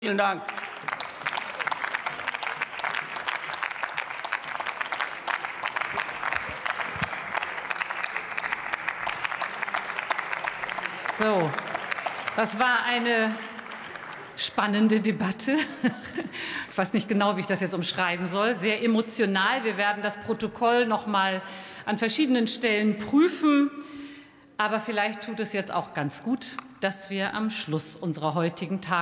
Vielen Dank. So, das war eine spannende Debatte. Ich weiß nicht genau, wie ich das jetzt umschreiben soll. Sehr emotional. Wir werden das Protokoll noch mal an verschiedenen Stellen prüfen. Aber vielleicht tut es jetzt auch ganz gut, dass wir am Schluss unserer heutigen